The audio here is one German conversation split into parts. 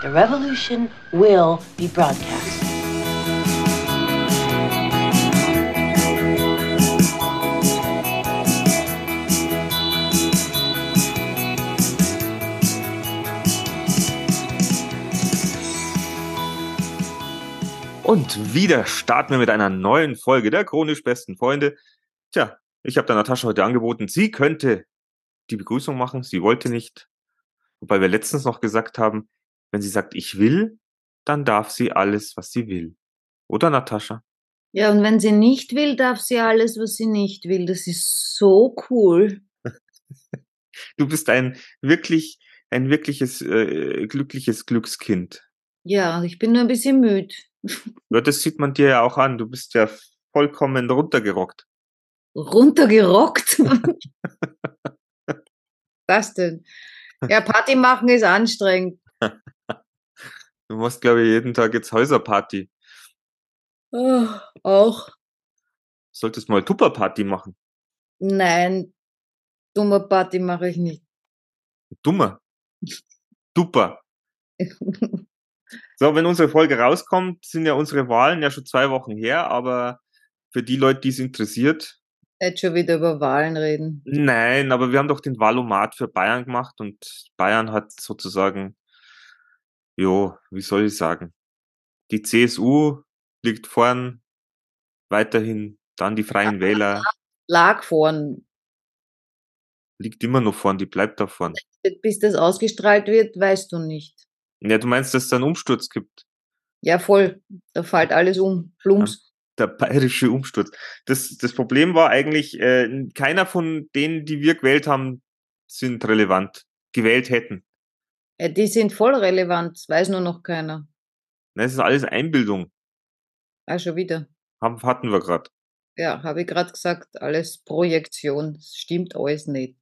The revolution will be broadcast. Und wieder starten wir mit einer neuen Folge der chronisch besten Freunde. Tja, ich habe der Natascha heute angeboten, sie könnte die Begrüßung machen. Sie wollte nicht. Wobei wir letztens noch gesagt haben, wenn sie sagt, ich will, dann darf sie alles, was sie will. Oder, Natascha? Ja, und wenn sie nicht will, darf sie alles, was sie nicht will. Das ist so cool. Du bist ein wirkliches, glückliches Glückskind. Ja, ich bin nur ein bisschen müde. Ja, das sieht man dir ja auch an. Du bist ja vollkommen runtergerockt. Runtergerockt? Was denn? Ja, Party machen ist anstrengend. Du machst, glaube ich, jeden Tag jetzt Häuserparty. Oh, auch. Solltest mal Tupperparty machen. Nein, dumme Party mache ich nicht. Dummer. Super. So, wenn unsere Folge rauskommt, sind ja unsere Wahlen ja schon 2 Wochen her, aber für die Leute, die es interessiert. Jetzt schon wieder über Wahlen reden. Nein, aber wir haben doch den Wahlomat für Bayern gemacht und Bayern hat sozusagen, wie soll ich sagen, die CSU liegt vorn, weiterhin, dann die Freien Wähler. Lag vorn. Liegt immer noch vorn, die bleibt da vorn. Bis das ausgestrahlt wird, weißt du nicht. Ja, du meinst, dass es einen Umsturz gibt? Ja, voll. Da fällt alles um. Plumps. Der bayerische Umsturz. Das Problem war eigentlich, keiner von denen, die wir gewählt haben, sind relevant. Gewählt hätten. Ja, die sind voll relevant. Das weiß nur noch keiner. Das ist alles Einbildung. Ah, schon wieder. Hatten wir gerade. Ja, habe ich gerade gesagt, alles Projektion. Das stimmt alles nicht.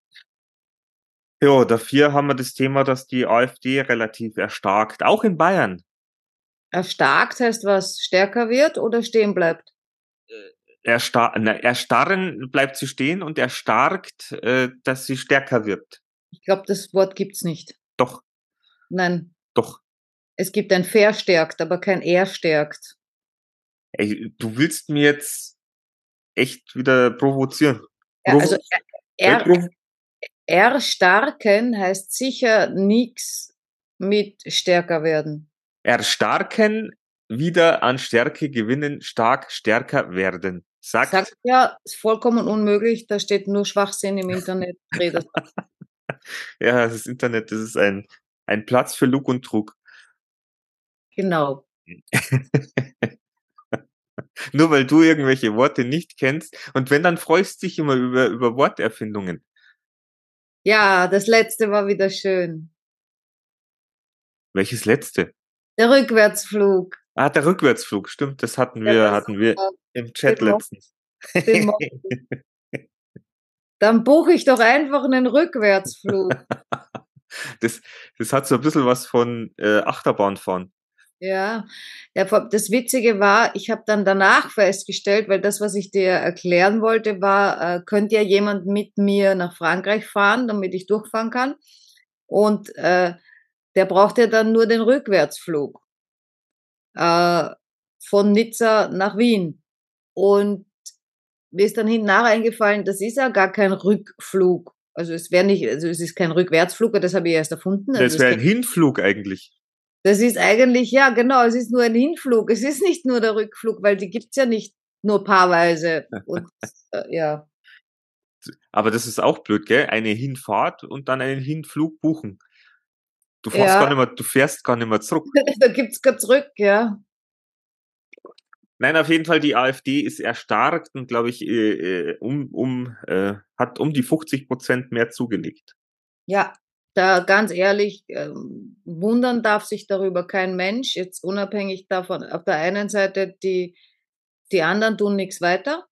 Ja, dafür haben wir das Thema, dass die AfD relativ erstarkt, auch in Bayern. Erstarkt heißt was? Stärker wird oder stehen bleibt? Erstarren bleibt sie stehen und erstarkt, dass sie stärker wird. Ich glaube, das Wort gibt's nicht. Doch. Nein. Doch. Es gibt ein verstärkt, aber kein erstärkt. Ey, du willst mir jetzt echt wieder provozieren. Ja, also erstarken heißt sicher nichts mit stärker werden. Erstarken, wieder an Stärke gewinnen, stärker werden. Sagt ja, ist vollkommen unmöglich, da steht nur Schwachsinn im Internet. Ja, das Internet, das ist ein Platz für Lug und Trug. Genau. Nur weil du irgendwelche Worte nicht kennst. Und wenn, dann freust du dich immer über Worterfindungen. Ja, das letzte war wieder schön. Welches letzte? Der Rückwärtsflug. Ah, der Rückwärtsflug, stimmt, das hatten wir im Chat letztens. Dann buche ich doch einfach einen Rückwärtsflug. Das hat so ein bisschen was von Achterbahnfahren. Ja, das Witzige war, ich habe dann danach festgestellt, weil das, was ich dir erklären wollte, war, könnte ja jemand mit mir nach Frankreich fahren, damit ich durchfahren kann. Und der braucht ja dann nur den Rückwärtsflug von Nizza nach Wien. Und mir ist dann hinten nach eingefallen, das ist ja gar kein Rückflug. Also es ist kein Rückwärtsflug, das habe ich erst erfunden. Das wäre ein Hinflug eigentlich. Das ist eigentlich, ja genau, es ist nur ein Hinflug. Es ist nicht nur der Rückflug, weil die gibt's ja nicht nur paarweise. Und, ja. Aber das ist auch blöd, gell? Eine Hinfahrt und dann einen Hinflug buchen. Du fährst gar nicht mehr zurück. Da gibt's kein Zurück, ja. Nein, auf jeden Fall, die AfD ist erstarkt und, glaube ich, hat um die 50% mehr zugelegt. Ja, da ganz ehrlich, wundern darf sich darüber kein Mensch. Jetzt unabhängig davon, auf der einen Seite, die anderen tun nichts weiter.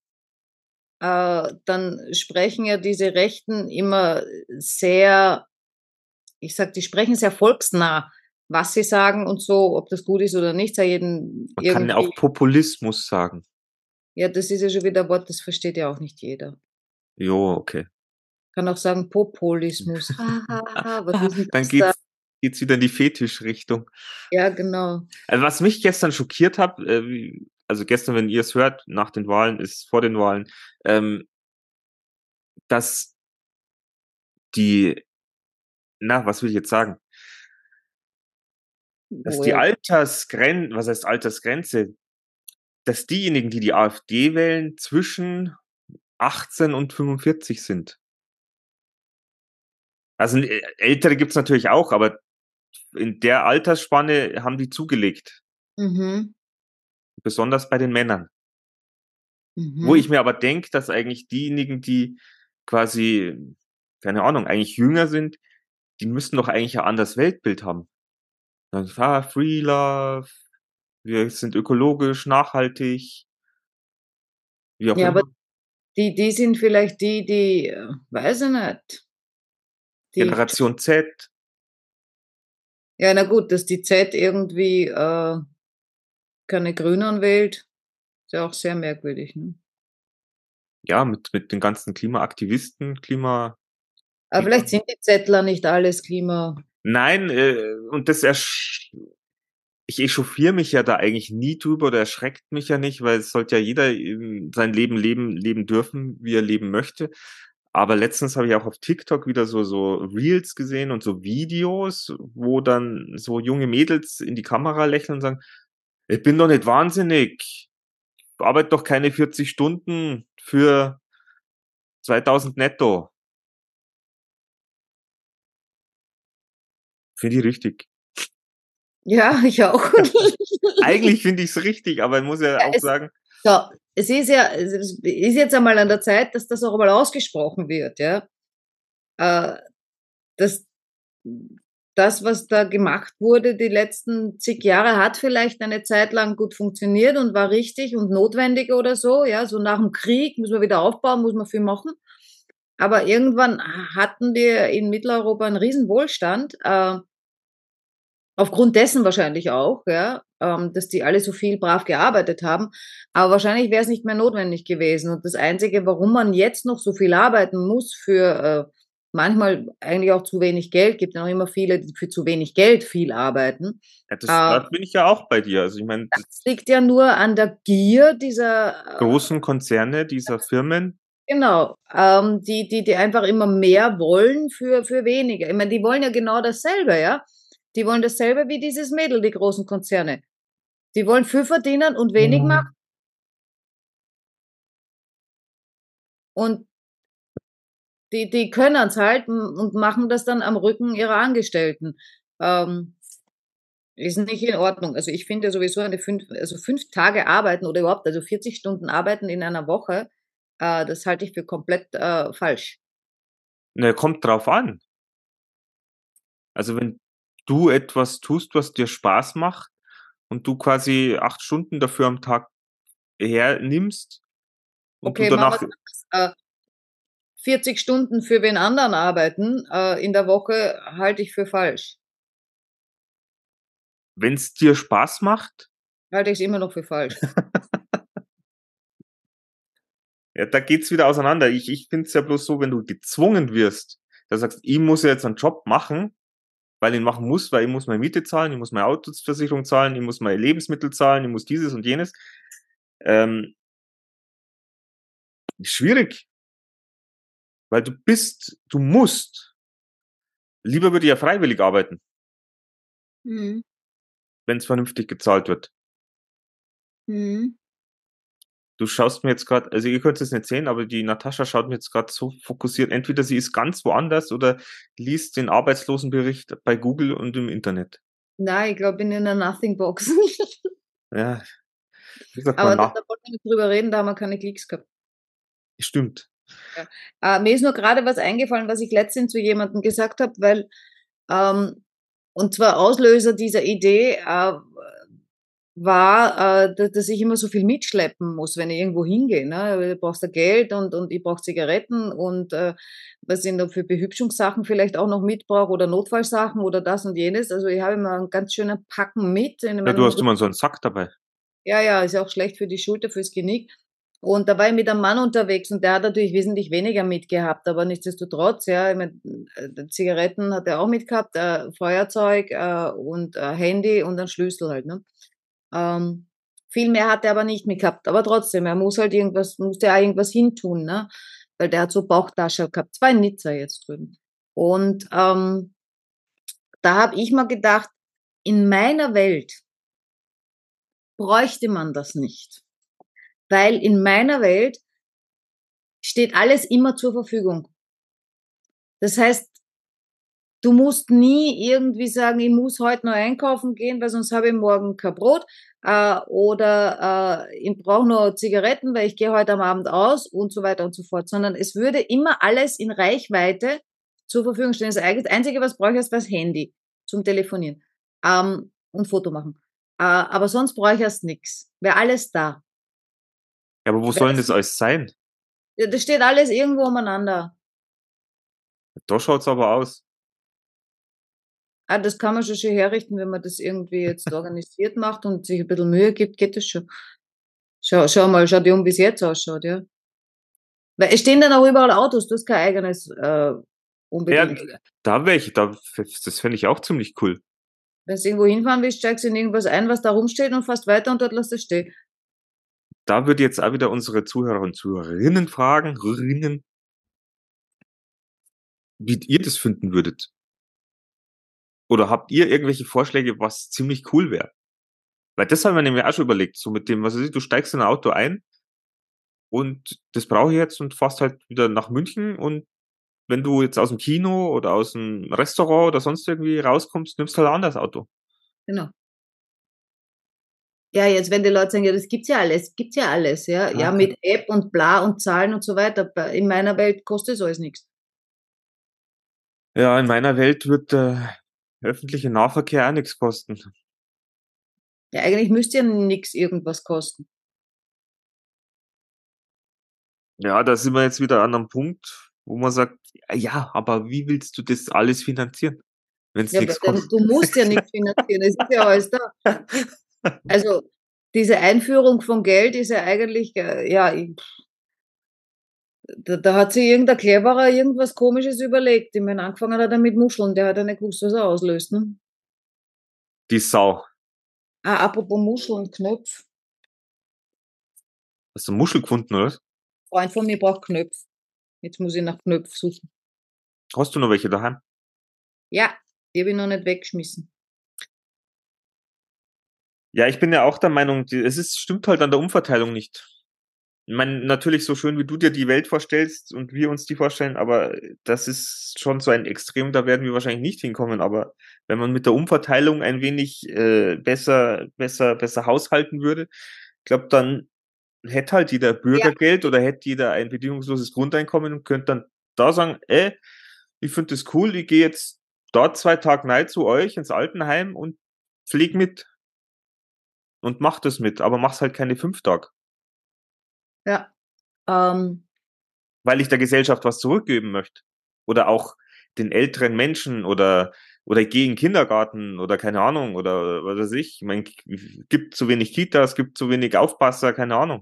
Dann sprechen ja diese Rechten immer sehr, die sprechen sehr volksnah, was sie sagen und so, ob das gut ist oder nicht, sei jeden Man kann ja auch Populismus sagen. Ja, das ist ja schon wieder ein Wort, das versteht ja auch nicht jeder. Jo, okay. Kann auch sagen Populismus. Was ist Dann geht's geht's wieder in die Fetischrichtung. Ja, genau. Also was mich gestern schockiert hat, also gestern, wenn ihr es hört, nach den Wahlen ist vor den Wahlen, dass die, was will ich jetzt sagen? Dass Oh, die ja. was heißt Altersgrenze? Dass diejenigen, die die AfD wählen, zwischen 18 und 45 sind. Also Ältere gibt's natürlich auch, aber in der Altersspanne haben die zugelegt, Mhm. besonders bei den Männern. Wo ich Mhm. mir aber denke, dass eigentlich diejenigen, die quasi, keine Ahnung, eigentlich jünger sind, die müssten doch eigentlich ein anderes Weltbild haben. Free Love, wir sind ökologisch, nachhaltig, wie auch Ja, aber immer. die sind vielleicht die, weiß ich nicht, die, Generation Z, ja, na gut, dass die Z irgendwie keine Grünen wählt, ist ja auch sehr merkwürdig, ne? ja, mit den ganzen Klimaaktivisten, Aber vielleicht sind die Zettler nicht alles Klima. Nein, und das ich echauffiere mich ja da eigentlich nie drüber oder erschreckt mich ja nicht, weil es sollte ja jeder sein Leben leben dürfen, wie er leben möchte. Aber letztens habe ich auch auf TikTok wieder so Reels gesehen und so Videos, wo dann so junge Mädels in die Kamera lächeln und sagen, ich bin doch nicht wahnsinnig, ich arbeite doch keine 40 Stunden für 2000 netto. Finde ich richtig. Ja, ich auch. Eigentlich finde ich es richtig, aber ich muss ja Ja, auch sagen, es ist ja, es ist jetzt einmal an der Zeit, dass das auch einmal ausgesprochen wird, ja. Dass das, was da gemacht wurde die letzten zig Jahre, hat vielleicht eine Zeit lang gut funktioniert und war richtig und notwendig oder so, ja. So nach dem Krieg muss man wieder aufbauen, muss man viel machen. Aber irgendwann hatten wir in Mitteleuropa einen riesen Wohlstand, aufgrund dessen wahrscheinlich auch, ja, dass die alle so viel brav gearbeitet haben. Aber wahrscheinlich wäre es nicht mehr notwendig gewesen. Und das Einzige, warum man jetzt noch so viel arbeiten muss für manchmal eigentlich auch zu wenig Geld, gibt ja noch immer viele, die für zu wenig Geld viel arbeiten. ja, da Äh, bin ich ja auch bei dir. Also ich meine, Das liegt ja nur an der Gier dieser, großen Konzerne dieser Firmen, genau, die einfach immer mehr wollen für weniger. Ich meine, die wollen ja genau dasselbe, ja. Die wollen dasselbe wie dieses Mädel, die großen Konzerne. Die wollen viel verdienen und wenig machen und die können's halt und machen das dann am Rücken ihrer Angestellten. Ähm, Ist nicht in Ordnung. Also, ich finde sowieso eine 5 Tage arbeiten oder überhaupt, also 40 Stunden arbeiten in einer Woche, das halte ich für komplett, falsch. ne, kommt drauf an. Also, wenn du etwas tust, was dir Spaß macht und du quasi 8 Stunden dafür am Tag hernimmst und du Okay, machen danach, wir's anders. 40 Stunden für wen anderen arbeiten, in der Woche halte ich für falsch. wenn's dir Spaß macht, Halte ich's immer noch für falsch. ja, da geht's wieder auseinander. Ich finde es ja bloß so, wenn du gezwungen wirst, da sagst: „Ich muss ja jetzt einen Job machen, weil ich ihn machen muss, weil ich muss meine Miete zahlen, ich muss meine Autoversicherung zahlen, ich muss meine Lebensmittel zahlen, ich muss dieses und jenes.“ Ähm, schwierig, weil du musst. Lieber würde ich ja freiwillig arbeiten, Mhm. wenn's vernünftig gezahlt wird. Mhm. Du schaust mir jetzt grad, also ihr könnt's jetzt nicht sehen, aber die Natascha schaut mir jetzt grad so fokussiert. Entweder sie ist ganz woanders oder liest den Arbeitslosenbericht bei Google und im Internet. Nein, ich glaube, bin in 'ner Nothing-Box. Ja, wie sagt man Aber da nach? wollten wir nicht drüber reden, da haben wir keine Klicks gehabt. Stimmt. Ja. Mir ist nur grade was eingefallen, was ich letztens zu jemandem gesagt habe, weil ähm, und zwar Auslöser dieser Idee, war, dass ich immer so viel mitschleppen muss, wenn ich irgendwo hingehe, ne? Du brauchst ja Geld und ich brauche Zigaretten und, was ich noch für Behübschungssachen vielleicht auch noch mit brauche oder Notfallsachen oder das und jenes. Also, ich habe immer 'n ganz schönen Packen mit in Ja, du meinem hast Rü immer so 'n Sack dabei. ja, ja, ist ja auch schlecht für die Schulter, fürs Genick. Und da war ich mit einem Mann unterwegs und der hat natürlich wesentlich weniger mitgehabt, aber nichtsdestotrotz, ja, ich mein, Zigaretten hat er auch mitgehabt, Feuerzeug und Handy und einen Schlüssel halt, ne? Viel mehr hat er aber nicht mitgehabt, aber trotzdem, er muss halt irgendwas, musste auch irgendwas hintun, ne? Weil der hat so Bauchtasche gehabt, zwar in Nizza jetzt drüben. Und da habe ich mal gedacht, in meiner Welt bräuchte man das nicht. Weil in meiner Welt steht alles immer zur Verfügung. Das heißt, du musst nie irgendwie sagen, ich muss heute noch einkaufen gehen, weil sonst habe ich morgen kein Brot. Oder ich brauche noch Zigaretten, weil ich gehe heute am Abend aus und so weiter und so fort. Sondern es würde immer alles in Reichweite zur Verfügung stehen. Das Einzige, was brauche ich, ist das Handy zum Telefonieren und Foto machen. Aber sonst brauche ich erst nichts. Wäre alles da. Ja, aber wo soll denn das alles sein? Das steht alles irgendwo umeinander. Da schaut's aber aus. Das kann man schon schön herrichten, wenn man das irgendwie jetzt organisiert macht und sich ein bisschen Mühe gibt, geht das schon. Schau mal, schau dir um, wie es jetzt ausschaut, ja. Weil es stehen dann auch überall Autos, du hast kein eigenes Ja, unbedingt. das fände ich auch ziemlich cool. Wenn du irgendwo hinfahren willst, steigst du in irgendwas ein, was da rumsteht und fährst weiter und dort lässt es stehen. Da würde jetzt auch wieder unsere Zuhörer und Zuhörerinnen fragen, wie ihr das finden würdet. Oder habt ihr irgendwelche Vorschläge, was ziemlich cool wäre? Weil das haben wir nämlich auch schon überlegt, so mit dem, was weiß ich, du steigst in ein Auto ein und das brauche ich jetzt und fährst halt wieder nach München und wenn du jetzt aus dem Kino oder aus dem Restaurant oder sonst irgendwie rauskommst, nimmst halt ein anderes Auto. Genau. Ja, jetzt, wenn die Leute sagen, ja, das gibt's ja alles, ja. Ja, mit App und bla und Zahlen und so weiter. In meiner Welt kostet es alles nichts. Ja, in meiner Welt wird der öffentliche Nahverkehr auch nichts kosten. Ja, eigentlich müsste ja nix irgendwas kosten. Ja, da sind wir jetzt wieder an einem Punkt, wo man sagt, ja, aber wie willst du das alles finanzieren, wenn es Ja, nichts du kostet? musst ja nichts finanzieren, es ist ja alles da. Also, diese Einführung von Geld ist ja eigentlich, ja, da hat sich irgendein Cleverer irgendwas Komisches überlegt. Ich meine, angefangen hat er mit Muscheln, der hat ja nicht gewusst, was er auslöst, ne? Die Sau. Apropos Muscheln, Knöpf. Hast du eine Muschel gefunden, oder? Freund von mir braucht Knöpf. Jetzt muss ich nach Knöpf suchen. Hast du noch welche daheim? Ja, die habe ich noch nicht weggeschmissen. Ja, ich bin ja auch der Meinung, stimmt halt an der Umverteilung nicht. Ich meine, natürlich so schön, wie du dir die Welt vorstellst und wir uns die vorstellen, aber das ist schon so ein Extrem, da werden wir wahrscheinlich nicht hinkommen. Aber wenn man mit der Umverteilung ein wenig besser haushalten würde, ich glaube, dann hätte halt jeder Ja, Bürgergeld oder hätte jeder ein bedingungsloses Grundeinkommen und könnte dann da sagen, ich finde das cool, ich gehe jetzt dort 2 Tage rein zu euch ins Altenheim und flieg mit und mach das mit, aber mach's halt keine 5 Tage, ja. Ähm, weil ich der Gesellschaft was zurückgeben möchte. Oder auch den älteren Menschen oder ich gehe in den Kindergarten oder keine Ahnung oder was weiß ich. Ich meine, gibt zu wenig Kitas, gibt zu wenig Aufpasser, keine Ahnung.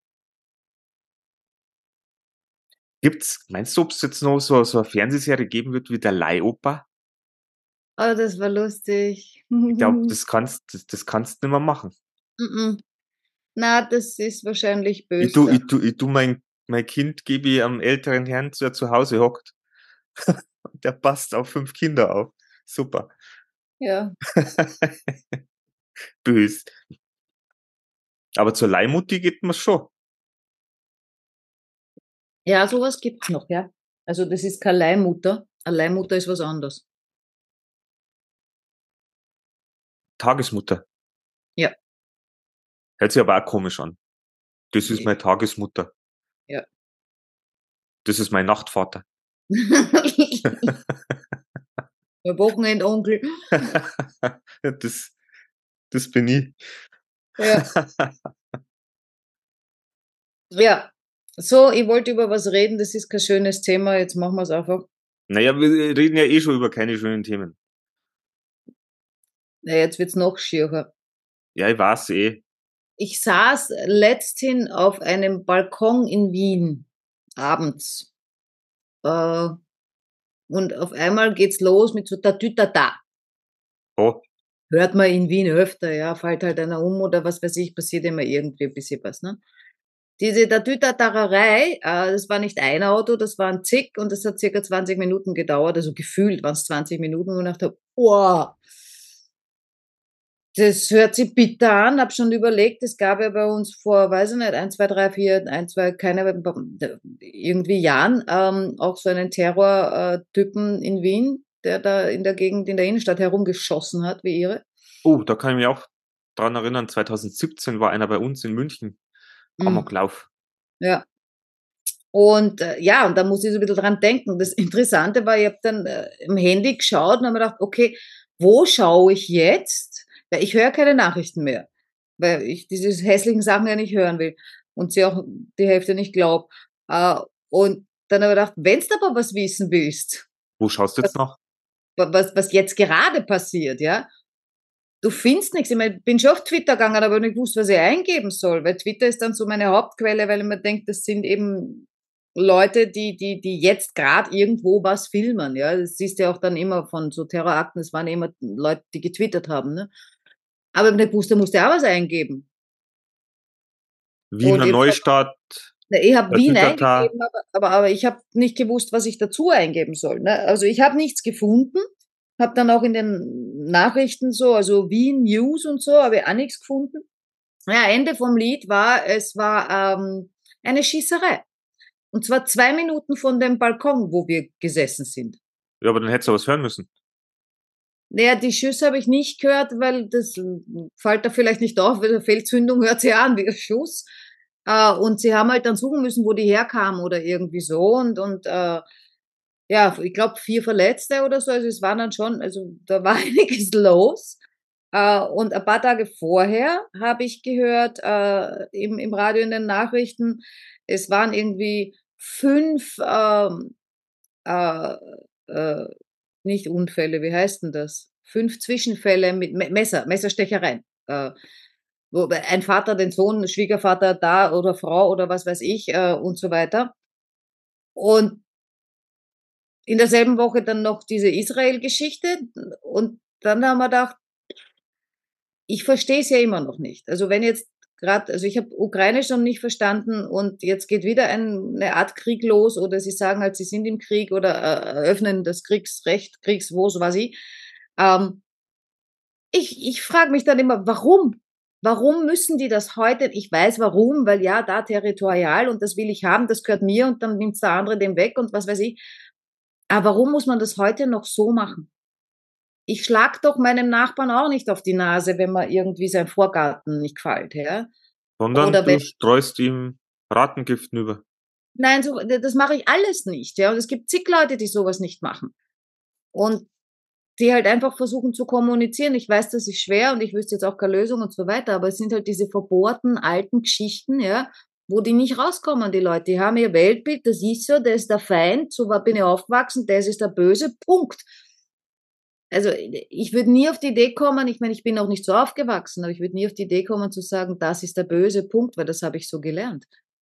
Meinst du, ob es jetzt noch so eine Fernsehserie geben wird wie der Leihoper? oh, das war lustig. Ich glaube, das kannst du nicht mehr machen. Mm-mm. Na, das ist wahrscheinlich Ich tu, böse. ich tu, ich tu mein Kind gebe ich am älteren Herrn, der zu Hause hockt. Der passt auf 5 Kinder auf. Super. Ja. Bös. Aber zur Leihmutti geht man schon. Ja, sowas gibt's noch, ja. Also das ist keine Leihmutter. Eine Leihmutter ist was anderes. Tagesmutter. Ja. Hört sich aber auch komisch an. Das ist meine Tagesmutter. Ja. Das ist mein Nachtvater. Der Wochenendonkel. Das bin ich. Ja. Ja. So, ich wollte über was reden, das ist kein schönes Thema, jetzt machen wir es einfach. Naja, wir reden ja eh schon über keine schönen Themen. Na, jetzt wird's noch schierer. Ja, ich weiß eh. Ich saß letzthin auf einem Balkon in Wien abends, äh, und auf einmal geht's los mit so Tatütata. Oh, Hört man in Wien öfter, ja, fällt halt einer um oder was weiß ich, passiert immer irgendwie ein bisschen was, ne? Diese Tatütatarerei, das war nicht ein Auto, das waren zig und das hat circa 20 Minuten gedauert, also gefühlt waren's 20 Minuten, wo ich gedacht habe: „Oh, das hört sich bitter an." Habe schon überlegt, es gab ja bei uns vor, weiß ich nicht, 1, 2, 3, 4, 1, 2, keine irgendwie Jahren, auch so einen Terror Typen in Wien, der da in der Gegend, in der Innenstadt herumgeschossen hat wie irre. oh, da kann ich mich auch dran erinnern, 2017 war einer bei uns in München. Mhm, Amoklauf. ja. Und, ja, und da muss ich so 'n bisschen dran denken. Das Interessante war, ich habe dann, im Handy geschaut und habe mir gedacht: „Okay, wo schaue ich jetzt?" Weil ich höre keine Nachrichten mehr, weil ich diese hässlichen Sachen ja nicht hören will und sie auch die Hälfte nicht glaube. Äh, und dann habe ich gedacht: „Wenn's aber was wissen willst, Wo schaust du was jetzt nach? was jetzt gerade passiert, ja, du findest nix." Ich meine, ich bin schon auf Twitter gegangen, aber nicht gewusst, was ich eingeben soll, weil Twitter ist dann so meine Hauptquelle, weil ich mir denke, das sind eben Leute, die jetzt grad irgendwo was filmen, ja. Das siehst du ja auch dann immer von so Terrorakten, das waren immer Leute, die getwittert haben, ne? Aber ich habe nicht gewusst, da musst du auch was eingeben. Und Wiener ich Neustadt, ich habe Wien Tatütata. eingegeben, aber ich habe nicht gewusst, was ich dazu eingeben soll, ne? Also, ich habe nichts gefunden, habe dann auch in den Nachrichten so, also Wien News und so, habe ich auch nix gefunden. Ja, Ende vom Lied war, es war, eine Schießerei. Und zwar 2 Minuten von dem Balkon, wo wir gesessen sind. Ja, aber dann hättest du was hören müssen. Na ja, die Schüsse habe ich nicht gehört, weil das fällt da vielleicht nicht auf, weil 'ne Fehlzündung hört sich an wie 'n Schuss. Und sie haben halt dann suchen müssen, wo die herkamen oder irgendwie so und ja, ich glaube 4 Verletzte oder so. Also, es waren dann schon, also, da war einiges los. Und ein paar Tage vorher habe ich gehört, im Radio in den Nachrichten, es waren irgendwie 5 äh, äh, nicht Unfälle, wie heißt denn das? 5 Zwischenfälle mit Messerstechereien. Wo ein Vater den Sohn, Schwiegervater da oder Frau oder was weiß ich, und so weiter. Und in derselben Woche dann noch diese Israel-Geschichte und dann haben wir gedacht, ich verstehe es ja immer noch nicht. Also, wenn jetzt gerade, also, ich habe Ukrainisch noch nicht verstanden und jetzt geht wieder 'ne Art Krieg los oder sie sagen halt, sie sind im Krieg oder, eröffnen das Kriegsrecht, was weiß ich. Ähm, ich frage mich dann immer: „Warum? Warum müssen die das heute?" Ich weiß warum, weil ja, da territorial und das will ich haben, das gehört mir und dann nimmt's der andere dem weg und was weiß ich. Aber warum muss man das heute noch so machen? Ich schlag doch meinem Nachbarn auch nicht auf die Nase, wenn mir irgendwie sein Vorgarten nicht gefällt, ja? Sondern Oder wenn, du streust ihm Rattengift nüber. nein, so das mache ich alles nicht, ja? Und es gibt zig Leute, die so was nicht machen und die halt einfach versuchen zu kommunizieren. Ich weiß, das ist schwer und ich wüsste jetzt auch keine Lösung und so weiter, aber es sind halt diese verbohrten alten Geschichten, ja, wo die nicht rauskommen, die Leute. Die haben ihr Weltbild, das ist so, der ist der Feind, so bin ich aufgewachsen, das ist der Böse, Punkt. Also, ich würde nie auf die Idee kommen, ich meine, ich bin auch nicht so aufgewachsen, aber ich würde nie auf die Idee kommen zu sagen: „Das ist der böse Punkt", weil das habe ich so gelernt.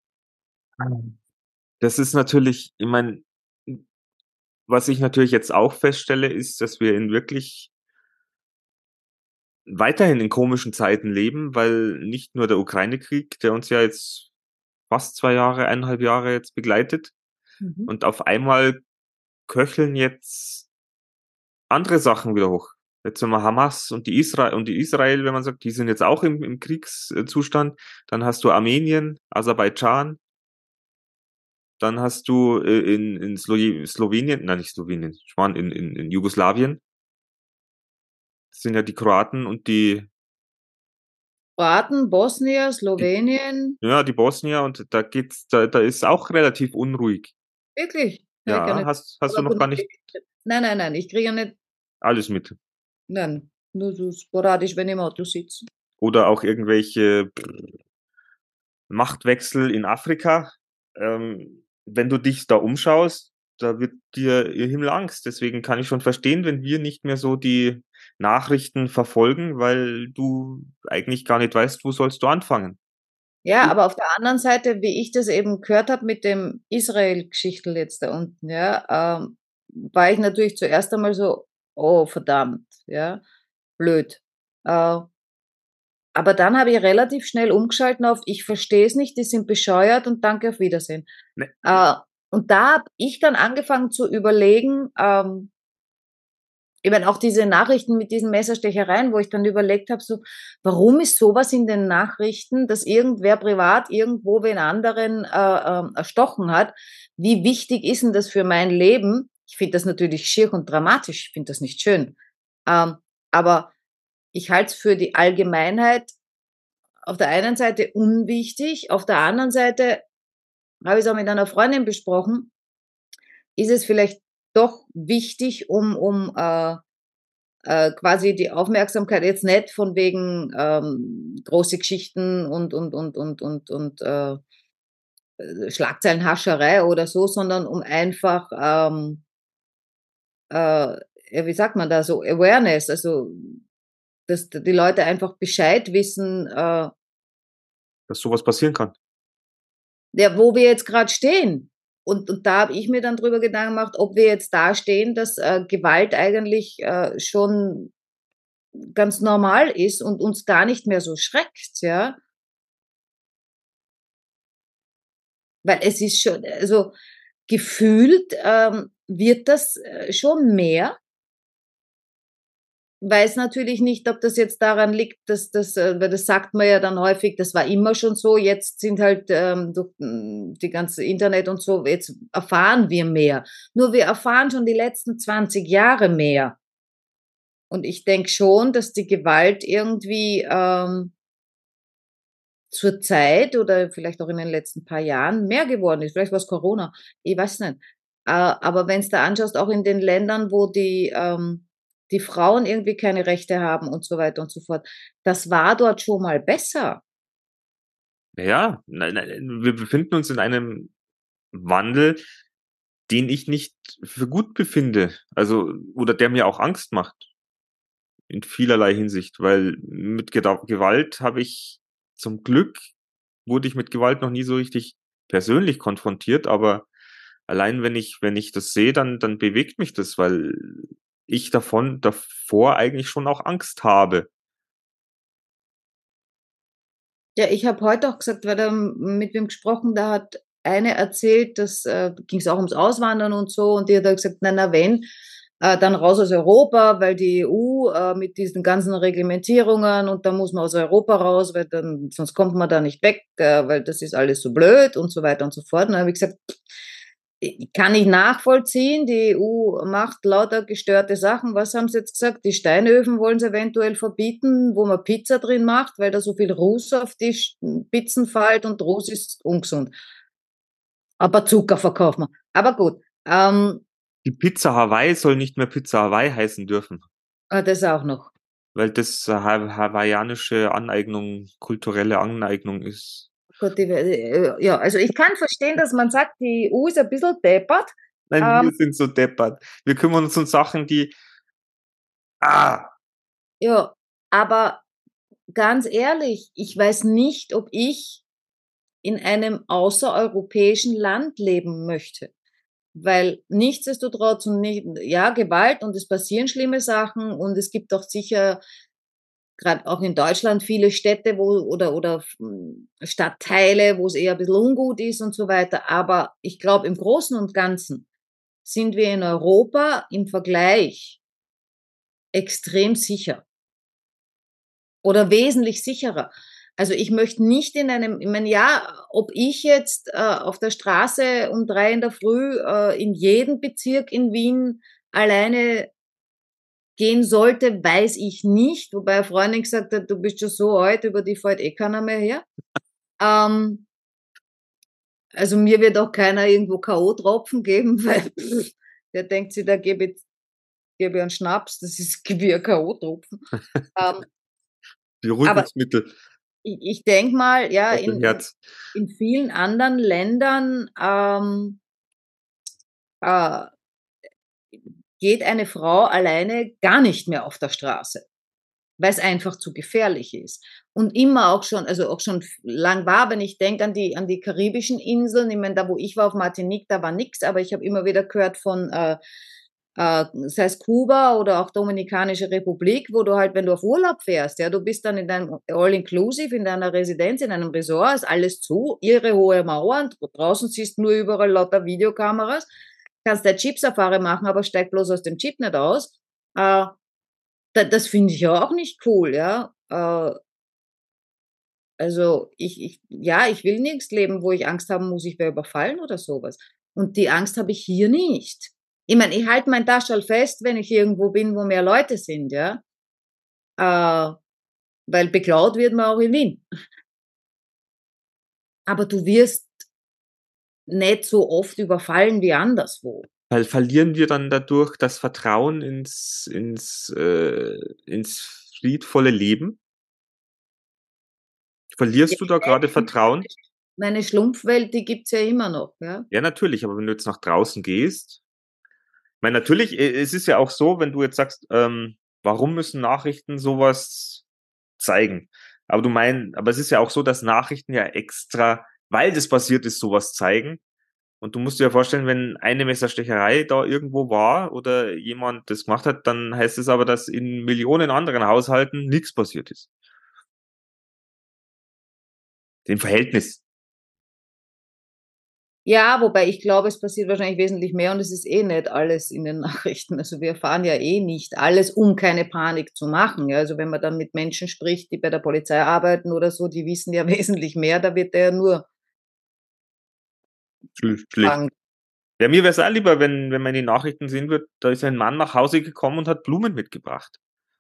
Das ist natürlich, ich meine, was ich natürlich jetzt auch feststelle, ist, dass wir in wirklich weiterhin in komischen Zeiten leben, weil nicht nur der Ukraine-Krieg, der uns ja jetzt fast 2 Jahre, 1,5 Jahre jetzt begleitet Mhm. und auf einmal köcheln jetzt andere Sachen wieder hoch. Jetzt haben wir Hamas und die Israel, wenn man sagt, die sind jetzt auch im Kriegszustand. Dann hast du Armenien, Aserbaidschan, dann hast du, in Slowenien, nein, nicht Slowenien, Schwan, in Jugoslawien. Das sind ja die Kroaten und Kroaten, Bosnier, die Slowenien, ja, die Bosnier, und da ist auch relativ unruhig. wirklich? Habe ich gar Ja, nicht, hast du oder noch gar nicht nein, nein, nein, ich kriege ja nicht, alles mit. nein, nur so sporadisch, wenn ich im Auto sitze. Oder auch irgendwelche Machtwechsel in Afrika. Wenn du dich da umschaust, da wird dir ihr Himmel Angst. Deswegen kann ich schon verstehen, wenn wir nicht mehr so die Nachrichten verfolgen, weil du eigentlich gar nicht weißt, wo sollst du anfangen. Ja, aber auf der anderen Seite, wie ich das eben gehört habe mit dem Israel-Geschichtel jetzt da unten, ja, war ich natürlich zuerst einmal so: „Oh verdammt, ja, blöd." Äh, aber dann habe ich relativ schnell umgeschalten auf: „Ich verstehe es nicht, die sind bescheuert und danke, auf Wiedersehen." Ne, Äh, und da habe ich dann angefangen zu überlegen, ich meine, auch diese Nachrichten mit diesen Messerstechereien, wo ich dann überlegt habe, so, warum ist sowas in den Nachrichten, dass irgendwer privat irgendwo wen anderen erstochen hat? Wie wichtig ist denn das für mein Leben? Ich finde das natürlich schier und dramatisch, ich finde das nicht schön. Ähm, aber ich halte es für die Allgemeinheit auf der einen Seite unwichtig, auf der anderen Seite habe ich es auch mit einer Freundin besprochen, ist es vielleicht doch wichtig, quasi die Aufmerksamkeit jetzt nicht von wegen große Geschichten und Schlagzeilenhascherei oder so, sondern um einfach, ja, wie sagt man da so, Awareness, also dass die Leute einfach Bescheid wissen, dass sowas passieren kann. ja, wo wir jetzt gerade stehen. Und da habe ich mir dann drüber Gedanken gemacht, ob wir jetzt da stehen, dass Gewalt eigentlich schon ganz normal ist und uns gar nicht mehr so schreckt, ja. Weil es ist schon, also gefühlt wird das schon mehr. Weiß natürlich nicht, ob das jetzt daran liegt, dass das, weil das sagt man ja dann häufig, das war immer schon so, jetzt sind halt durch die ganze Internet und so, jetzt erfahren wir mehr. Nur wir erfahren schon die letzten 20 Jahre mehr. Und ich denke schon, dass die Gewalt irgendwie zur Zeit oder vielleicht auch in den letzten paar Jahren mehr geworden ist. Vielleicht war's Corona, ich weiß nicht. Aber wenn's da anschaust, auch in den Ländern, wo die Frauen irgendwie keine Rechte haben und so weiter und so fort, das war dort schon mal besser. Ja, wir befinden uns in einem Wandel, den ich nicht für gut befinde, also oder der mir auch Angst macht in vielerlei Hinsicht, weil mit Gewalt habe ich zum Glück wurde ich mit Gewalt noch nie so richtig persönlich konfrontiert, aber allein wenn ich das sehe, dann bewegt mich das, weil ich davor eigentlich schon auch Angst habe. Ja, ich habe heute auch gesagt, weil da mit wem gesprochen, da hat eine erzählt, dass ging es auch ums Auswandern und so, und die hat dann gesagt, na na wenn, dann raus aus Europa, weil die EU mit diesen ganzen Reglementierungen, und da muss man aus Europa raus, weil dann sonst kommt man da nicht weg, weil das ist alles so blöd und so weiter und so fort. Und dann habe ich gesagt, kann ich nachvollziehen, die EU macht lauter gestörte Sachen. Was haben sie jetzt gesagt? Die Steinöfen wollen sie eventuell verbieten, wo man Pizza drin macht, weil da so viel Ruß auf die Pizzen fällt, und Ruß ist ungesund. Aber Zucker verkaufen wir. Aber gut, Die Pizza Hawaii soll nicht mehr Pizza Hawaii heißen dürfen, das auch noch. weil das hawaiianische Aneignung, kulturelle Aneignung ist. Gut, ja, also ich kann verstehen, dass man sagt, die EU ist ein bisschen deppert. Nein, Ähm, wir sind so deppert. Wir kümmern uns um Sachen, die ah, ja, aber ganz ehrlich, ich weiß nicht, ob ich in einem außereuropäischen Land leben möchte. Weil nichtsdestotrotz und nicht, ja, Gewalt, und es passieren schlimme Sachen, und es gibt auch sicher gerade auch in Deutschland viele Städte, wo oder Stadtteile, wo es eher ein bisschen ungut ist und so weiter. Aber ich glaube, im Großen und Ganzen sind wir in Europa im Vergleich extrem sicher oder wesentlich sicherer. Also ich möchte nicht in einem, ich meine, ja, ob ich jetzt auf der Straße um 3 in der Früh in jeden Bezirk in Wien alleine gehen sollte, weiß ich nicht. Wobei eine Freundin gesagt hat, du bist schon so alt, über die fällt eh keiner mehr her. Ähm, also mir wird auch keiner irgendwo K.O.-Tropfen geben, weil der denkt sich, da gebe ich einen Schnaps, das ist wie ein K.O.-Tropfen. Ähm, aber Beruhigungsmittel ich denke mal, ja, aus dem Herz. in vielen anderen Ländern äh, geht eine Frau alleine gar nicht mehr auf der Straße, weil es einfach zu gefährlich ist. Und immer auch schon, also auch schon lang war, wenn ich denke an die karibischen Inseln, ich meine, da wo ich war auf Martinique, da war nix, aber ich habe immer wieder gehört von sei es Kuba oder auch Dominikanische Republik, wo du halt, wenn du auf Urlaub fährst, ja, du bist dann in deinem All-Inclusive, in deiner Residenz, in einem Resort, ist alles zu, irre hohe Mauern, draußen siehst du nur überall lauter Videokameras, kannst dein Jeep-Safari machen, aber steig bloß aus dem Jeep nicht aus. Das finde ich ja auch nicht cool, ja. Also ja, ich will nirgends leben, wo ich Angst haben muss, ich werde überfallen oder sowas. Und die Angst habe ich hier nicht. Ich meine, ich halte mein Taschel fest, wenn ich irgendwo bin, wo mehr Leute sind, ja. Äh, weil beklaut wird man auch in Wien. Aber du wirst nicht so oft überfallen wie anderswo. Weil verlieren wir dann dadurch das Vertrauen ins friedvolle Leben? Ja, Verlierst du da gerade Vertrauen? meine Schlumpfwelt, die gibt's ja immer noch, ja. Ja, natürlich, aber wenn du jetzt nach draußen gehst, ich meine, natürlich, es ist ja auch so, wenn du jetzt sagst, warum müssen Nachrichten sowas zeigen? Aber es ist ja auch so, dass Nachrichten ja extra, weil das passiert ist, sowas zeigen. Und du musst dir ja vorstellen, wenn eine Messerstecherei da irgendwo war oder jemand das gemacht hat, dann heißt es aber, dass in Millionen anderen Haushalten nichts passiert ist. Im Verhältnis. Ja, wobei ich glaube, es passiert wahrscheinlich wesentlich mehr und es ist eh nicht alles in den Nachrichten. Also wir erfahren ja eh nicht alles, um keine Panik zu machen. Ja, also wenn man dann mit Menschen spricht, die bei der Polizei arbeiten oder so, die wissen ja wesentlich mehr, da wird der ja nur Schlecht. sagen. Ja, mir wäre es auch lieber, wenn man in den Nachrichten sehen wird, da ist ein Mann nach Hause gekommen und hat Blumen mitgebracht.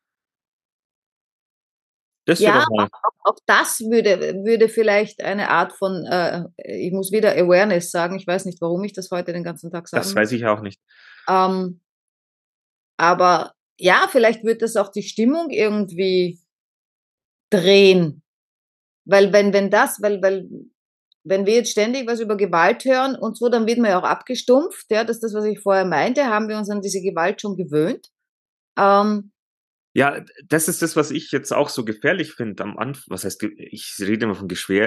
Das wäre Ja, doch mal, auch das würde vielleicht eine Art von, ich muss wieder Awareness sagen, ich weiß nicht, warum ich das heute den ganzen Tag sagen das muss. weiß ich auch nicht. Ähm, aber ja, vielleicht wird das auch die Stimmung irgendwie drehen. Weil wenn wir jetzt ständig was über Gewalt hören und so, dann wird man ja auch abgestumpft, ja, das ist das, was ich vorher meinte, haben wir uns an diese Gewalt schon gewöhnt. Ähm, Ja, das ist das, was ich jetzt auch so gefährlich finde am Anfang. Was heißt, ich rede immer von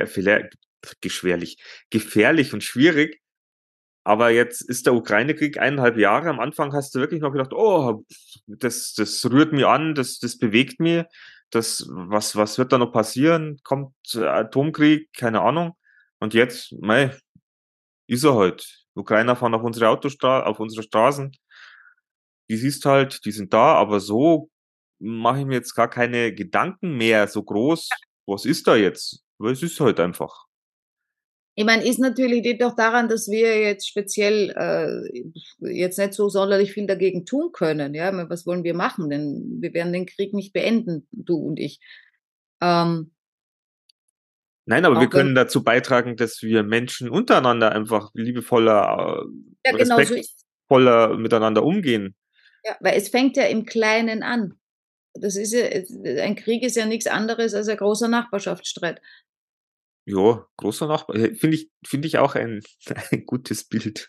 gefährlich und schwierig. Aber jetzt ist der Ukraine-Krieg 1,5 Jahre. Am Anfang hast du wirklich noch gedacht, oh, das rührt mich an, das bewegt mich. Was wird da noch passieren? Kommt Atomkrieg? Keine Ahnung. Und jetzt, mei, ist er halt. Ukrainer fahren auf unsere Straßen. Die siehst halt, die sind da, aber so mache ich mir jetzt gar keine Gedanken mehr so groß. Was ist da jetzt? Weil es ist halt einfach. Ich meine, ist natürlich liegt auch daran, dass wir jetzt speziell jetzt nicht so sonderlich viel dagegen tun können. Ja, ich meine, was wollen wir machen? Denn wir werden den Krieg nicht beenden, du und ich. Ähm, Nein, aber wir auch wenn, können dazu beitragen, dass wir Menschen untereinander einfach liebevoller, ja, genau so ist es. respektvoller miteinander umgehen. Ja, weil es fängt ja im Kleinen an. Das ist ja, ein Krieg ist ja nichts anderes als ein großer Nachbarschaftsstreit. Ja, großer Nachbar. Finde ich auch ein, ein gutes Bild.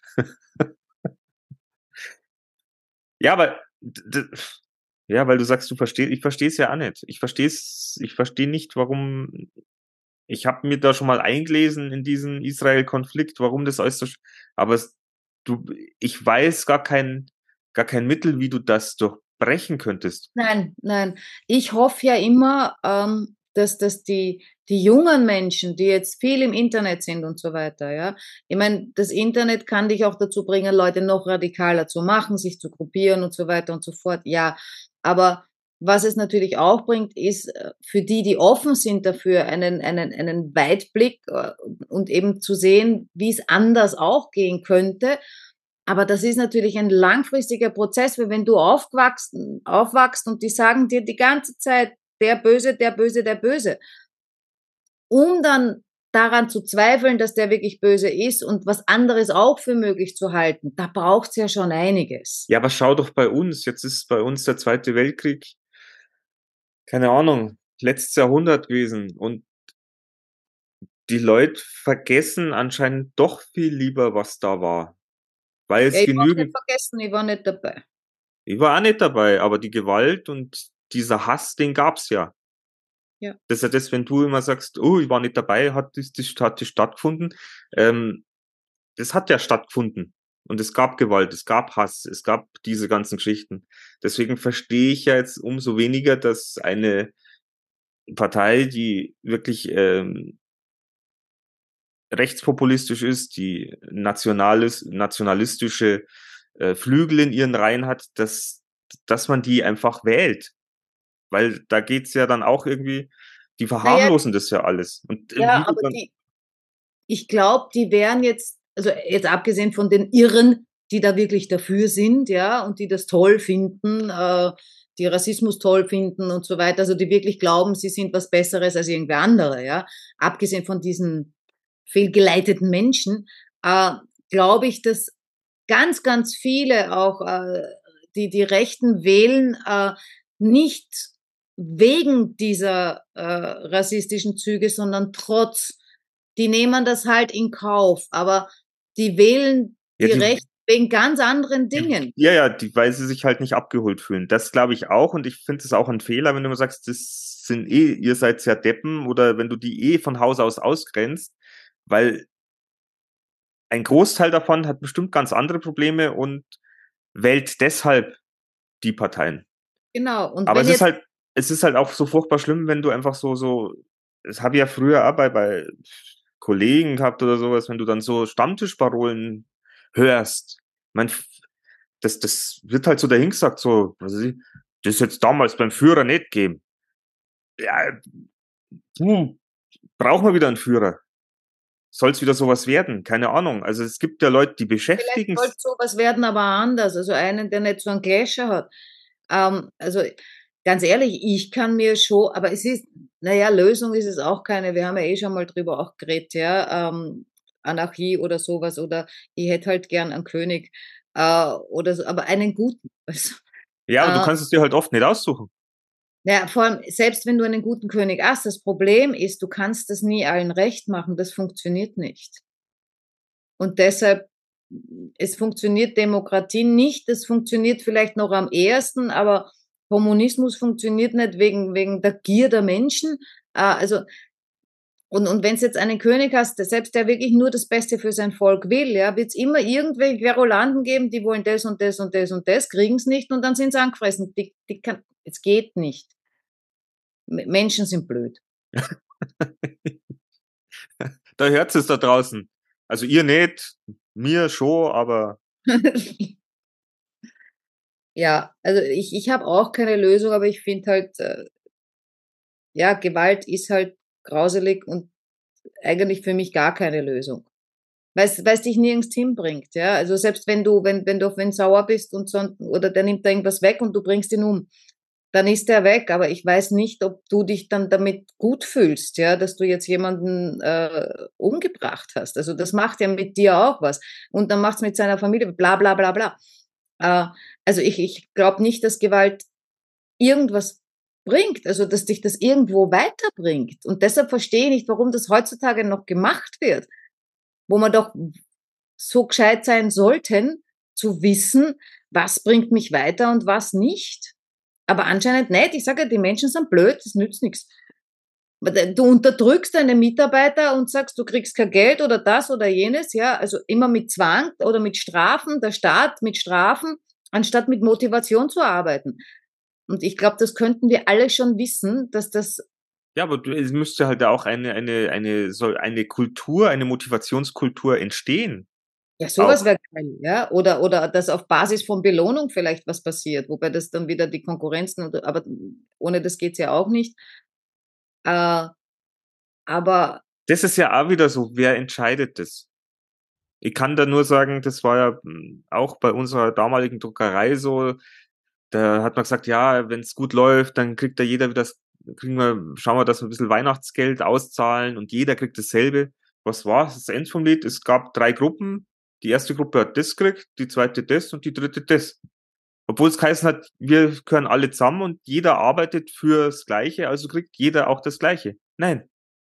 Ja, aber ja, weil du sagst, ich verstehe es ja auch nicht. Ich verstehe nicht, warum. Ich habe mir da schon mal eingelesen in diesen Israel-Konflikt, warum das alles so, aber du, ich weiß gar kein Mittel, wie du das durchbrechen könntest. Nein, nein. Ich hoffe ja immer, dass die jungen Menschen, die jetzt viel im Internet sind und so weiter, ja. Ich meine, das Internet kann dich auch dazu bringen, Leute noch radikaler zu machen, sich zu gruppieren und so weiter und so fort. Ja, aber was es natürlich auch bringt, ist für die, die offen sind dafür, einen Weitblick und eben zu sehen, wie es anders auch gehen könnte. Aber das ist natürlich ein langfristiger Prozess, weil wenn du aufwachst und die sagen dir die ganze Zeit, der Böse, der Böse, der Böse, um dann daran zu zweifeln, dass der wirklich böse ist und was anderes auch für möglich zu halten, da braucht's ja schon einiges. Ja, aber schau doch bei uns. Jetzt ist bei uns der Zweite Weltkrieg, keine Ahnung, letztes Jahrhundert gewesen. Und die Leute vergessen anscheinend doch viel lieber, was da war. Weil Ja, es ich brauche nicht genügend. vergessen, ich war nicht dabei. Ich war auch nicht dabei, aber die Gewalt und dieser Hass, den gab's ja. Ja. Das ist ja das, wenn du immer sagst, oh, ich war nicht dabei, hat das stattgefunden. Das hat ja stattgefunden. Und es gab Gewalt, es gab Hass, es gab diese ganzen Geschichten. Deswegen verstehe ich ja jetzt umso weniger, dass eine Partei, die wirklich rechtspopulistisch ist, die nationalistische Flügel in ihren Reihen hat, dass man die einfach wählt. Weil da geht's ja dann auch irgendwie, die Naja, verharmlosen das ja alles. Und wie ja, du aber dann, ich glaube, die wären jetzt, also jetzt abgesehen von den Irren, die da wirklich dafür sind, ja, und die das toll finden, die Rassismus toll finden und so weiter, also die wirklich glauben, sie sind was Besseres als irgendwer andere, ja, abgesehen von diesen fehlgeleiteten Menschen, äh, glaube ich, dass ganz, ganz viele auch, die Rechten wählen, nicht wegen dieser rassistischen Züge, sondern trotz. Die nehmen das halt in Kauf, aber die wählen ja, die Rechten wegen ganz anderen Dingen. weil sie sich halt nicht abgeholt fühlen. Das glaube ich auch. Und ich finde es auch ein Fehler, wenn du immer sagst, das sind ihr seid ja Deppen oder wenn du die von Haus aus ausgrenzt, weil ein Großteil davon hat bestimmt ganz andere Probleme und wählt deshalb die Parteien. Genau. Und Aber wenn jetzt, es ist halt auch so furchtbar schlimm, wenn du einfach das habe ich ja früher auch bei Kollegen gehabt oder sowas, wenn du dann so Stammtischparolen hörst. Man, das wird halt so dahingesagt, so, was weiß ich, das ist jetzt damals beim Führer nicht gegeben. Ja, brauchen wir wieder einen Führer? Soll es wieder sowas werden? Keine Ahnung. Also es gibt ja Leute, die vielleicht beschäftigen. soll sowas werden, aber anders. Also einen, der nicht so einen Gläscher hat. Also ganz ehrlich, ich kann mir schon, aber es ist, naja, Lösung ist es auch keine. Wir haben ja eh schon mal drüber auch geredet, ja. Anarchie oder sowas oder ich hätte halt gern einen König oder so, aber einen guten. Also, Ja, aber du äh, kannst es dir halt oft nicht aussuchen. ja, vor allem, selbst wenn du einen guten König hast, das Problem ist, du kannst das nie allen recht machen, das funktioniert nicht. Und deshalb, es funktioniert Demokratie nicht, es funktioniert vielleicht noch am ehesten, aber Kommunismus funktioniert nicht wegen der Gier der Menschen. Also, und wenn es jetzt einen König hast, selbst der wirklich nur das Beste für sein Volk will, ja, wird es immer irgendwelche Querulanten geben, die wollen das und das und das und das, kriegen es nicht und dann sind sie angefressen. Es geht nicht. Menschen sind blöd. Da hört es da draußen. Also ihr nicht, mir schon, aber Ja, also ich habe auch keine Lösung, aber ich finde halt, ja, Gewalt ist halt grauselig und eigentlich für mich gar keine Lösung. Weil's dich nirgends hinbringt, ja. Also selbst wenn du auf wen sauer bist und so, oder der nimmt da irgendwas weg und du bringst ihn um, dann ist der weg. Aber ich weiß nicht, ob du dich dann damit gut fühlst, ja, dass du jetzt jemanden umgebracht hast. Also das macht ja mit dir auch was. Und dann macht's mit seiner Familie, bla bla bla bla. Äh, also ich glaube nicht, dass Gewalt irgendwas bringt, also dass dich das irgendwo weiterbringt. Und deshalb verstehe ich nicht, warum das heutzutage noch gemacht wird, wo man doch so gescheit sein sollten, zu wissen, was bringt mich weiter und was nicht. Aber anscheinend nicht. Ich sage ja, die Menschen sind blöd, das nützt nichts. Du unterdrückst deine Mitarbeiter und sagst, du kriegst kein Geld oder das oder jenes, ja, also immer mit Zwang oder mit Strafen, der Staat mit Strafen, anstatt mit Motivation zu arbeiten. Und ich glaube, das könnten wir alle schon wissen, dass das, ja, aber es müsste halt auch so eine Kultur, eine Motivationskultur entstehen. ja, sowas Auch. wäre geil, ja. Oder dass auf Basis von Belohnung vielleicht was passiert, wobei das dann wieder die Konkurrenzen, aber ohne das geht's ja auch nicht. Äh, aber Das ist ja auch wieder so, wer entscheidet das? Ich kann da nur sagen, das war ja auch bei unserer damaligen Druckerei so, da hat man gesagt, ja, wenn es gut läuft, dann kriegt da jeder wieder, schauen wir, dass wir ein bisschen Weihnachtsgeld auszahlen und jeder kriegt dasselbe. Was war das Ende vom Lied? Es gab 3 Gruppen. Die erste Gruppe hat das gekriegt, die zweite das und die dritte das. Obwohl es geheißen hat, wir gehören alle zusammen und jeder arbeitet fürs Gleiche, also kriegt jeder auch das Gleiche. Nein.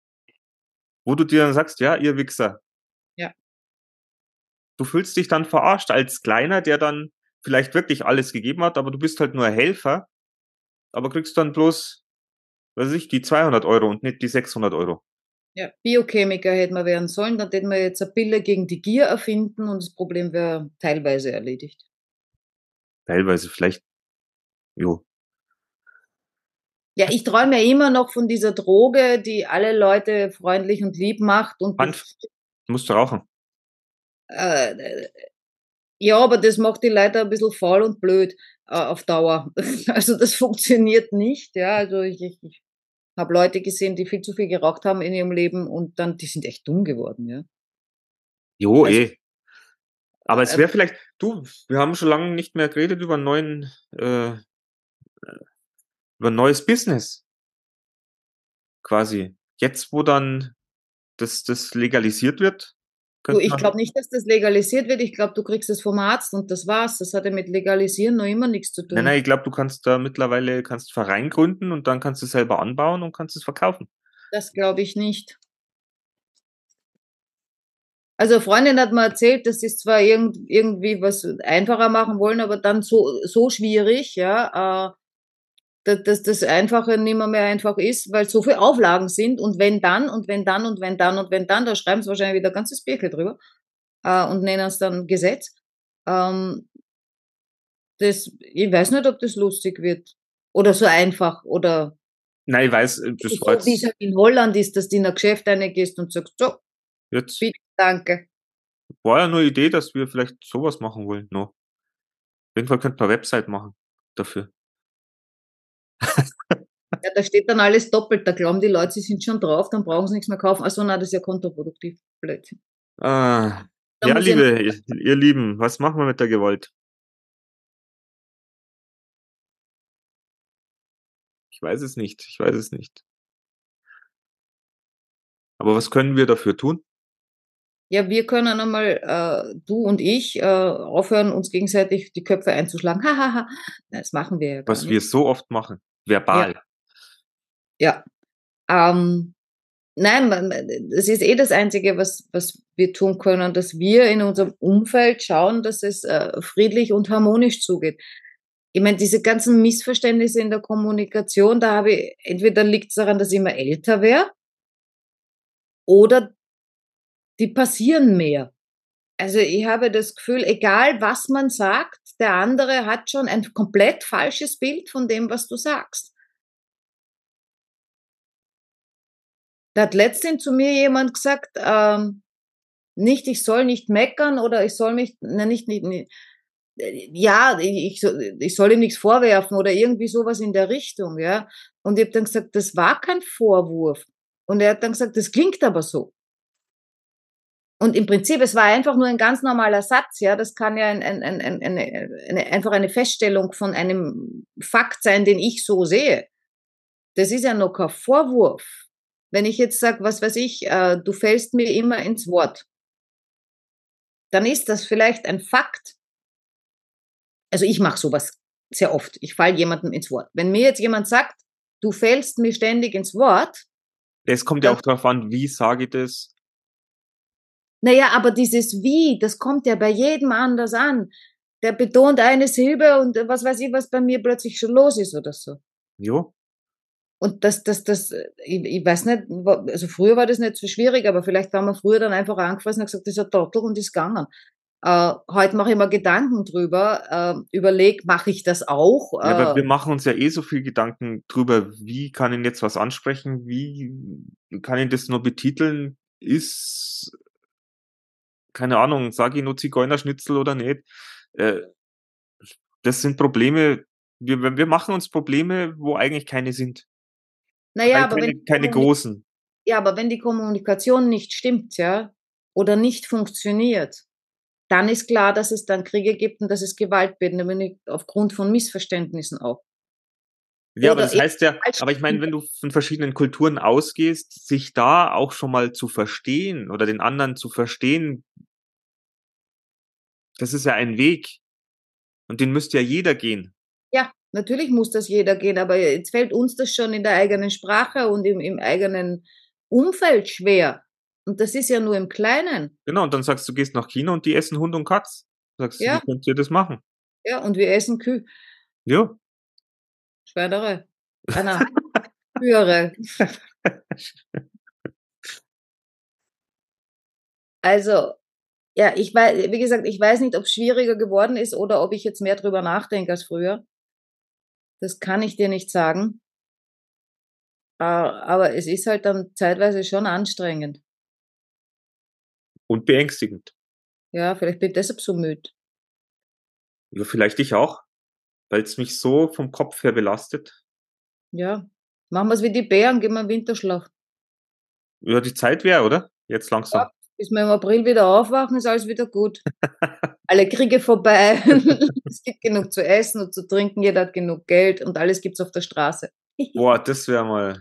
Wo du dir dann sagst, ja, ihr Wichser, ja, du fühlst dich dann verarscht als Kleiner, der dann vielleicht wirklich alles gegeben hat, aber du bist halt nur Helfer, aber kriegst dann bloß, weiß ich, die 200 Euro und nicht die 600 Euro. Ja, Biochemiker hätten wir werden sollen, dann hätten wir jetzt eine Pille gegen die Gier erfinden und das Problem wäre teilweise erledigt. Teilweise vielleicht, jo. Ja, ich träume ja immer noch von dieser Droge, die alle Leute freundlich und lieb macht und Hanf, musst du rauchen. äh, ja, aber das macht die Leute ein bisschen faul und blöd auf Dauer. Also das funktioniert nicht, ja. Also ich habe Leute gesehen, die viel zu viel geraucht haben in ihrem Leben und dann, die sind echt dumm geworden, ja. Jo, Also, Aber es äh, wäre vielleicht, wir haben schon lange nicht mehr geredet über über ein neues Business, quasi. Jetzt, wo dann das legalisiert wird, du, könnte ich man, glaube nicht, dass das legalisiert wird. Ich glaube, du kriegst es vom Arzt und das war's. Das hat ja mit Legalisieren noch immer nichts zu nein, tun. nein, ich glaube, du kannst da mittlerweile, kannst Verein gründen und dann kannst du es selber anbauen und kannst es verkaufen. Das glaube ich nicht. Also eine Freundin hat mir erzählt, dass sie es zwar irgendwie was einfacher machen wollen, aber dann so schwierig, ja, dass das Einfache nicht mehr einfach ist, weil so viele Auflagen sind und wenn dann und wenn dann und wenn dann und wenn dann, da schreiben sie wahrscheinlich wieder ein ganzes Birkel drüber und nennen es dann Gesetz. Ähm, ich weiß nicht, ob das lustig wird oder so einfach oder Nein, ich weiß, das war so wie es jetzt, halt in Holland ist, dass du in ein Geschäft reingehst und sagst, so, jetzt bitte, danke. war ja nur eine Idee, dass wir vielleicht sowas machen wollen, noch. Auf jeden Fall könnte man eine Website machen dafür. Ja, da steht dann alles doppelt. Da glauben die Leute, sie sind schon drauf, dann brauchen sie nichts mehr kaufen. Also nein, das ist ja kontraproduktiv. Blödsinn. Ah, Da ja, muss ja, ihr Lieben, was machen wir mit der Gewalt? Ich weiß es nicht, ich weiß es nicht. Aber was können wir dafür tun? ja, wir können einmal, du und ich, aufhören, uns gegenseitig die Köpfe einzuschlagen. Hahaha. Das machen wir ja gar Was wir nicht. so oft machen. Ja, Verbal. ja. Ähm, nein, das ist eh das Einzige, was wir tun können, dass wir in unserem Umfeld schauen, dass es friedlich und harmonisch zugeht. Ich meine, diese ganzen Missverständnisse in der Kommunikation, da habe ich, entweder liegt es daran, dass ich immer älter wäre, oder die passieren mehr. Also ich habe das Gefühl, egal was man sagt, der andere hat schon ein komplett falsches Bild von dem, was du sagst. Da hat letztens zu mir jemand gesagt, nicht, ich soll nicht meckern oder ich soll mich, na, nicht, ja, ich soll ihm nichts vorwerfen oder irgendwie sowas in der Richtung, ja. Und ich habe dann gesagt, das war kein Vorwurf. Und er hat dann gesagt, das klingt aber so. Und im Prinzip, es war einfach nur ein ganz normaler Satz, ja. Das kann ja einfach eine Feststellung von einem Fakt sein, den ich so sehe. Das ist ja noch kein Vorwurf. Wenn ich jetzt sage, was weiß ich, du fällst mir immer ins Wort, dann ist das vielleicht ein Fakt. Also ich mache sowas sehr oft. Ich falle jemandem ins Wort. Wenn mir jetzt jemand sagt, du fällst mir ständig ins Wort, Es kommt ja dann, auch darauf an, wie sage ich das. naja, aber dieses Wie, das kommt ja bei jedem anders an. Der betont eine Silbe und was weiß ich, was bei mir plötzlich schon los ist oder so. Jo. Und ich weiß nicht, also früher war das nicht so schwierig, aber vielleicht haben wir früher dann einfach angefasst und gesagt, das ist ein Trottel und ist gegangen. Heute mache ich mir Gedanken drüber, überleg, mache ich das auch? Ja, aber wir machen uns ja eh so viel Gedanken drüber, wie kann ihn jetzt was ansprechen, wie kann ihn das nur betiteln, ist, keine Ahnung, sage ich nur Zigeunerschnitzel oder nicht. Äh, Das sind Probleme, wir machen uns Probleme, wo eigentlich keine sind. Naja, aber Keine großen. ja, aber wenn die Kommunikation nicht stimmt, ja, oder nicht funktioniert, dann ist klar, dass es dann Kriege gibt und dass es Gewalt wird, nämlich aufgrund von Missverständnissen auch. Ja, aber Oder das eben heißt ja, falsch. aber ich meine, wenn du von verschiedenen Kulturen ausgehst, sich da auch schon mal zu verstehen oder den anderen zu verstehen, das ist ja ein Weg und den müsste ja jeder gehen. Ja, natürlich muss das jeder gehen, aber jetzt fällt uns das schon in der eigenen Sprache und im eigenen Umfeld schwer. Und das ist ja nur im Kleinen. Genau, und dann sagst du, gehst nach China und die essen Hund und Katz. Sagst du, wie Ja, könnt ihr das machen? Ja, und wir essen Kühe. Ja. Schweinerei. Nein. Höhere. Also, ja, ich weiß, wie gesagt, ich weiß nicht, ob es schwieriger geworden ist oder ob ich jetzt mehr drüber nachdenke als früher. Das kann ich dir nicht sagen. Aber es ist halt dann zeitweise schon anstrengend. Und beängstigend. Ja, vielleicht bin ich deshalb so müde. Ja, vielleicht ich auch, weil es mich so vom Kopf her belastet. Ja. Machen wir es wie die Bären, gehen wir in Winterschlaf. Ja, die Zeit wäre, oder? Jetzt langsam. Ja, bis wir im April wieder aufwachen, ist alles wieder gut. Alle Kriege vorbei. Es gibt genug zu essen und zu trinken, jeder hat genug Geld und alles gibt's auf der Straße. Boah, das wäre mal.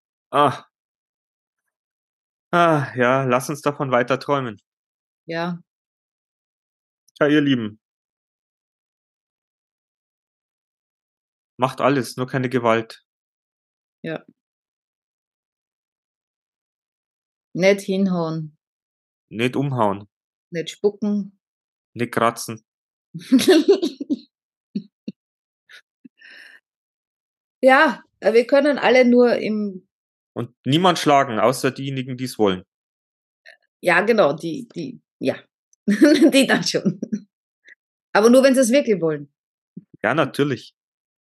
Ja, lass uns davon weiter träumen. Ja, Ja, ihr Lieben. Macht alles, nur keine Gewalt. ja. Nicht hinhauen, Nicht umhauen, nicht spucken. nicht kratzen. Ja, wir können alle nur im, Und niemand schlagen, außer diejenigen, die es wollen. ja genau, ja, die dann schon. Aber nur, wenn sie es wirklich wollen. Ja, natürlich.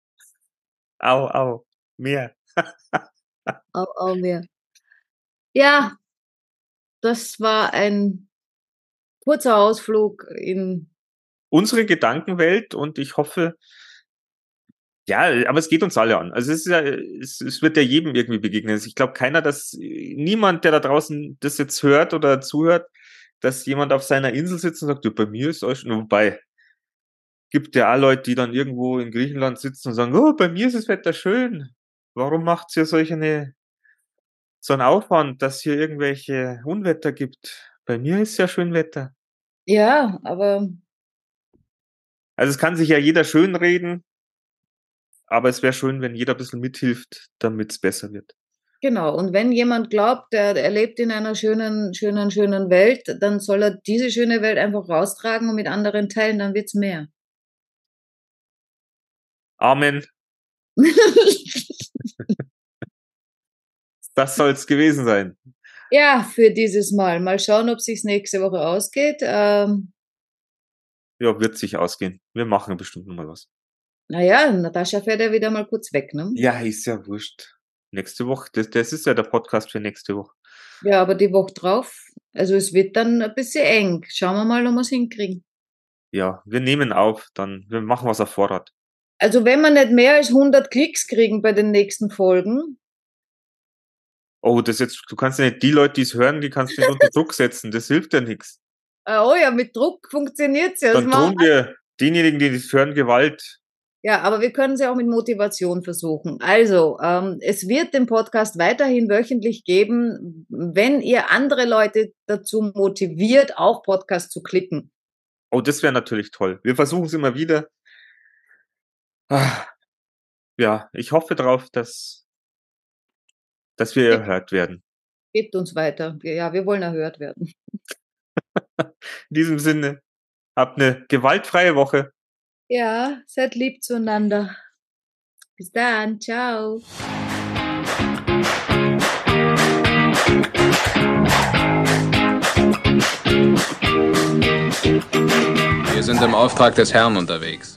Au, mehr. Au, mehr. Ja, das war ein kurzer Ausflug in, Unsere Gedankenwelt und ich hoffe, ja, aber es geht uns alle an. Also es ist ja, es wird ja jedem irgendwie begegnen. Also ich glaube niemand, der da draußen das jetzt hört oder zuhört, dass jemand auf seiner Insel sitzt und sagt, du, bei mir ist alles schon, wobei, gibt ja auch Leute, die dann irgendwo in Griechenland sitzen und sagen, oh, bei mir ist das Wetter schön. Warum macht's hier so einen Aufwand, dass hier irgendwelche Unwetter gibt? Bei mir ist ja schön Wetter. ja, aber Also es kann sich ja jeder schönreden, aber es wäre schön, wenn jeder ein bisschen mithilft, damit es besser wird. genau. Und wenn jemand glaubt, er lebt in einer schönen Welt, dann soll er diese schöne Welt einfach raustragen und mit anderen teilen, dann wird's mehr. Amen. Das soll's gewesen sein. Ja, für dieses Mal. Mal schauen, ob sich's nächste Woche ausgeht. Ja, wird sich ausgehen. Wir machen bestimmt noch mal was. Naja, Natascha fährt ja wieder mal kurz weg, ne? Ja, ist ja wurscht. Nächste Woche, das ist ja der Podcast für nächste Woche. Ja, aber die Woche drauf, also es wird dann ein bisschen eng. Schauen wir mal, ob wir es hinkriegen. Ja, wir nehmen auf, wir machen was auf Vorrat. Also wenn wir nicht mehr als 100 Klicks kriegen bei den nächsten Folgen. Oh, du kannst ja nicht die Leute, die es hören, die kannst du nicht unter Druck setzen. Das hilft ja nichts. Oh ja, mit Druck funktioniert's ja. Dann tun wir denjenigen, die es hören, Gewalt. Ja, aber wir können es ja auch mit Motivation versuchen. Also, es wird den Podcast weiterhin wöchentlich geben, wenn ihr andere Leute dazu motiviert, auch Podcast zu klicken. Oh, das wäre natürlich toll. Wir versuchen es immer wieder. Ja, ich hoffe darauf, dass wir erhört werden. Gebt uns weiter. Ja, wir wollen erhört werden. In diesem Sinne, habt eine gewaltfreie Woche. Ja, seid lieb zueinander. Bis dann. Ciao. Wir sind im Auftrag des Herrn unterwegs.